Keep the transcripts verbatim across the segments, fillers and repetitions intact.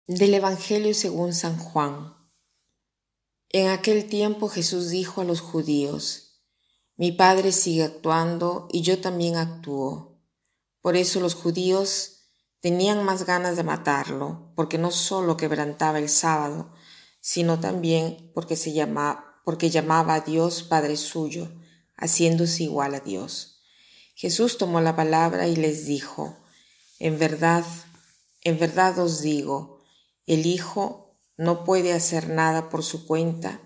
Del Evangelio según San Juan. En aquel tiempo Jesús dijo a los judíos: Mi Padre sigue actuando y yo también actúo. Por eso los judíos tenían más ganas de matarlo, porque no solo quebrantaba el sábado, sino también porque, se llama, porque llamaba a Dios Padre suyo, haciéndose igual a Dios. Jesús tomó la palabra y les dijo: En verdad, en verdad os digo, el Hijo no puede hacer nada por su cuenta,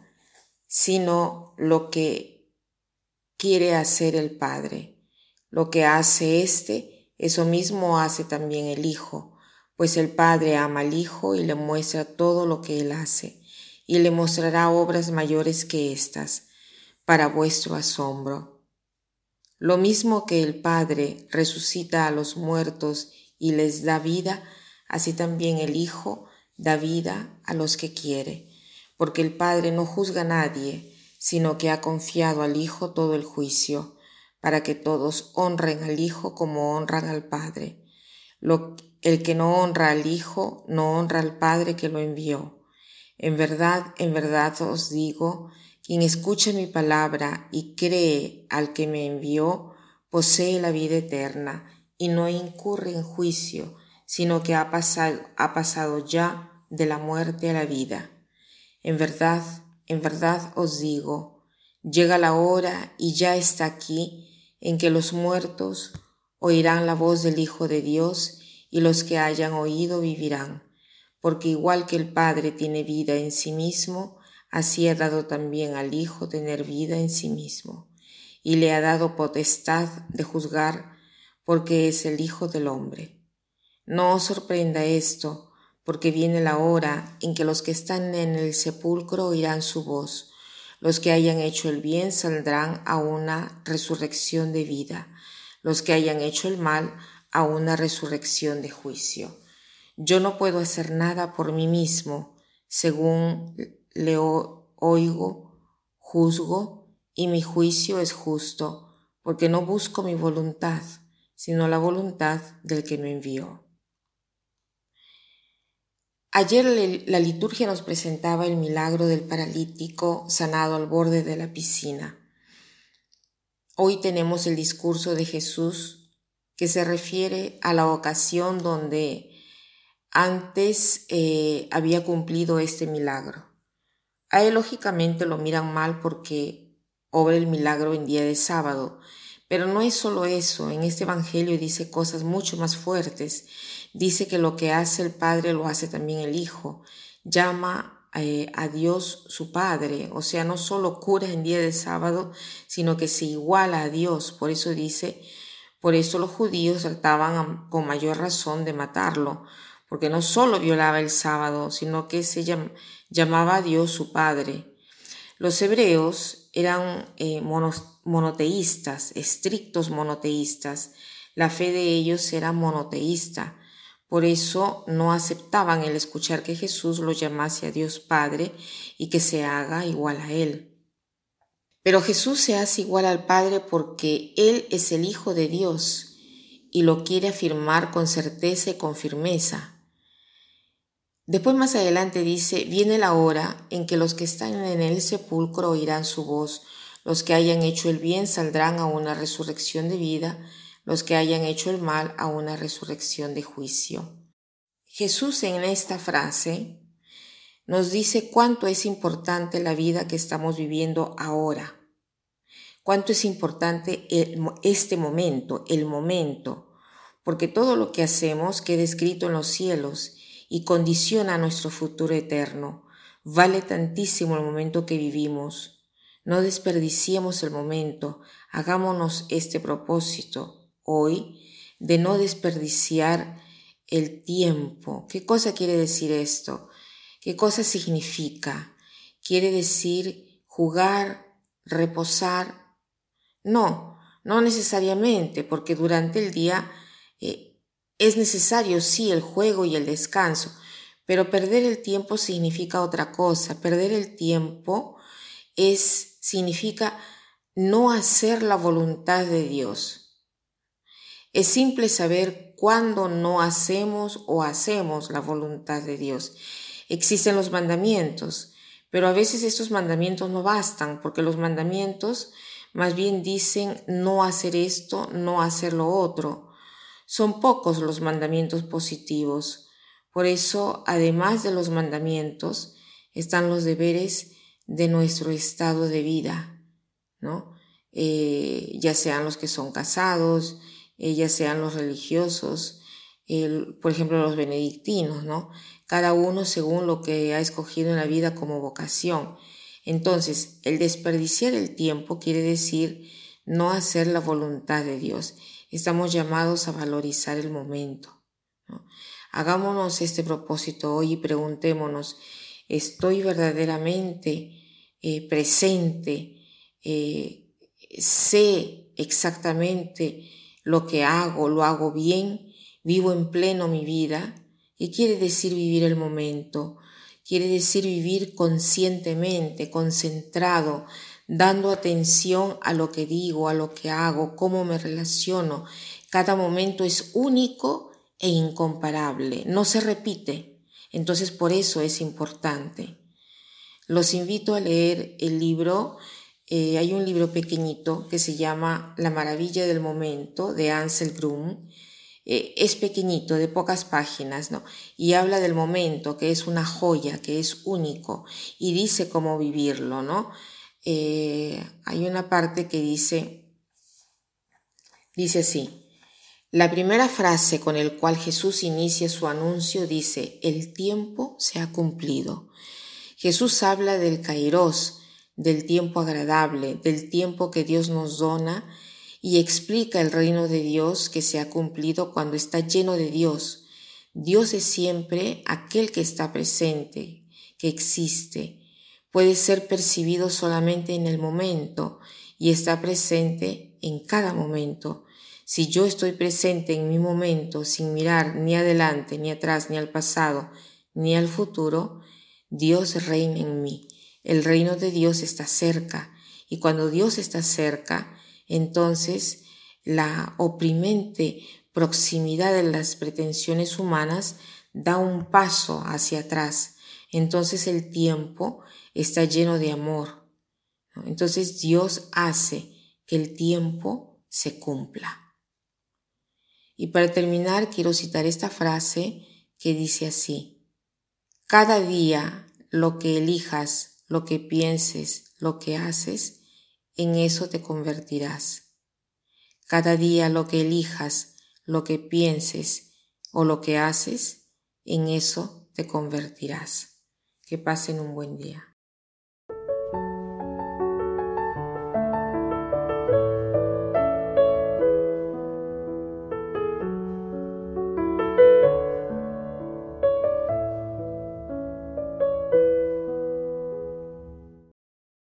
sino lo que quiere hacer el Padre. Lo que hace éste, eso mismo hace también el Hijo, pues el Padre ama al Hijo y le muestra todo lo que él hace, y le mostrará obras mayores que éstas, para vuestro asombro. Lo mismo que el Padre resucita a los muertos y les da vida, así también el Hijo da vida a los que quiere, porque el Padre no juzga a nadie, sino que ha confiado al Hijo todo el juicio, para que todos honren al Hijo como honran al Padre. Lo, el que no honra al Hijo, no honra al Padre que lo envió. En verdad, en verdad os digo, quien escucha mi palabra y cree al que me envió, posee la vida eterna y no incurre en juicio, sino que ha pasado, ha pasado ya de la muerte a la vida. En verdad, en verdad os digo, llega la hora y ya está aquí en que los muertos oirán la voz del Hijo de Dios y los que hayan oído vivirán. Porque igual que el Padre tiene vida en sí mismo, así ha dado también al Hijo tener vida en sí mismo, y le ha dado potestad de juzgar, porque es el Hijo del Hombre. No os sorprenda esto, porque viene la hora en que los que están en el sepulcro oirán su voz. Los que hayan hecho el bien saldrán a una resurrección de vida, los que hayan hecho el mal a una resurrección de juicio. Yo no puedo hacer nada por mí mismo, según le oigo, juzgo, y mi juicio es justo, porque no busco mi voluntad, sino la voluntad del que me envió. Ayer la liturgia nos presentaba el milagro del paralítico sanado al borde de la piscina. Hoy tenemos el discurso de Jesús que se refiere a la ocasión donde antes eh, había cumplido este milagro. A él lógicamente lo miran mal porque obra el milagro en día de sábado, pero no es solo eso. En este evangelio dice cosas mucho más fuertes. Dice que lo que hace el Padre lo hace también el Hijo. Llama eh, a Dios su Padre, o sea, no solo cura en día de sábado, sino que se iguala a Dios. Por eso dice, por eso los judíos trataban con mayor razón de matarlo, porque no solo violaba el sábado, sino que se llam, llamaba a Dios su Padre. Los hebreos eran eh, monos, monoteístas, estrictos monoteístas. La fe de ellos era monoteísta. Por eso no aceptaban el escuchar que Jesús lo llamase a Dios Padre y que se haga igual a Él. Pero Jesús se hace igual al Padre porque Él es el Hijo de Dios y lo quiere afirmar con certeza y con firmeza. Después más adelante dice, viene la hora en que los que están en el sepulcro oirán su voz, los que hayan hecho el bien saldrán a una resurrección de vida, los que hayan hecho el mal a una resurrección de juicio. Jesús en esta frase nos dice cuánto es importante la vida que estamos viviendo ahora, cuánto es importante el, este momento, el momento, porque todo lo que hacemos queda escrito en los cielos y condiciona nuestro futuro eterno. Vale tantísimo el momento que vivimos. No desperdiciemos el momento. Hagámonos este propósito hoy de no desperdiciar el tiempo. ¿Qué cosa quiere decir esto? ¿Qué cosa significa? ¿Quiere decir jugar, reposar? No, no necesariamente, porque durante el día eh, es necesario, sí, el juego y el descanso, pero perder el tiempo significa otra cosa. Perder el tiempo es, significa no hacer la voluntad de Dios. Es simple saber cuando no hacemos o hacemos la voluntad de Dios. Existen los mandamientos, pero a veces estos mandamientos no bastan, porque los mandamientos más bien dicen no hacer esto, no hacer lo otro. Son pocos los mandamientos positivos. Por eso, además de los mandamientos, están los deberes de nuestro estado de vida, ¿no? Eh, ya sean los que son casados, eh, ya sean los religiosos, el, por ejemplo los benedictinos, ¿no? Cada uno según lo que ha escogido en la vida como vocación. Entonces, el desperdiciar el tiempo quiere decir no hacer la voluntad de Dios. Estamos llamados a valorizar el momento, ¿no? Hagámonos este propósito hoy y preguntémonos, ¿estoy verdaderamente eh, presente? Eh, ¿Sé exactamente lo que hago? ¿Lo hago bien? ¿Vivo en pleno mi vida? ¿Qué quiere decir vivir el momento? Quiere decir vivir conscientemente, concentrado, dando atención a lo que digo, a lo que hago, cómo me relaciono. Cada momento es único e incomparable, no se repite. Entonces por eso es importante. Los invito a leer el libro. Eh, hay un libro pequeñito que se llama La maravilla del momento, de Ansel Grum. Eh, es pequeñito, de pocas páginas, ¿no? Y habla del momento, que es una joya, que es único, y dice cómo vivirlo, ¿no? Eh, hay una parte que dice, dice así: la primera frase con la cual Jesús inicia su anuncio dice, el tiempo se ha cumplido. Jesús habla del kairos, del tiempo agradable, del tiempo que Dios nos dona, y explica el reino de Dios que se ha cumplido cuando está lleno de Dios. Dios es siempre aquel que está presente, que existe. Puede ser percibido solamente en el momento y está presente en cada momento. Si yo estoy presente en mi momento sin mirar ni adelante, ni atrás, ni al pasado, ni al futuro, Dios reina en mí. El reino de Dios está cerca, y cuando Dios está cerca, entonces la oprimente proximidad de las pretensiones humanas da un paso hacia atrás. Entonces el tiempo está lleno de amor, ¿no? Entonces Dios hace que el tiempo se cumpla. Y para terminar quiero citar esta frase que dice así: cada día lo que elijas, lo que pienses, lo que haces, en eso te convertirás. Cada día lo que elijas, lo que pienses o lo que haces, en eso te convertirás. Que pasen un buen día.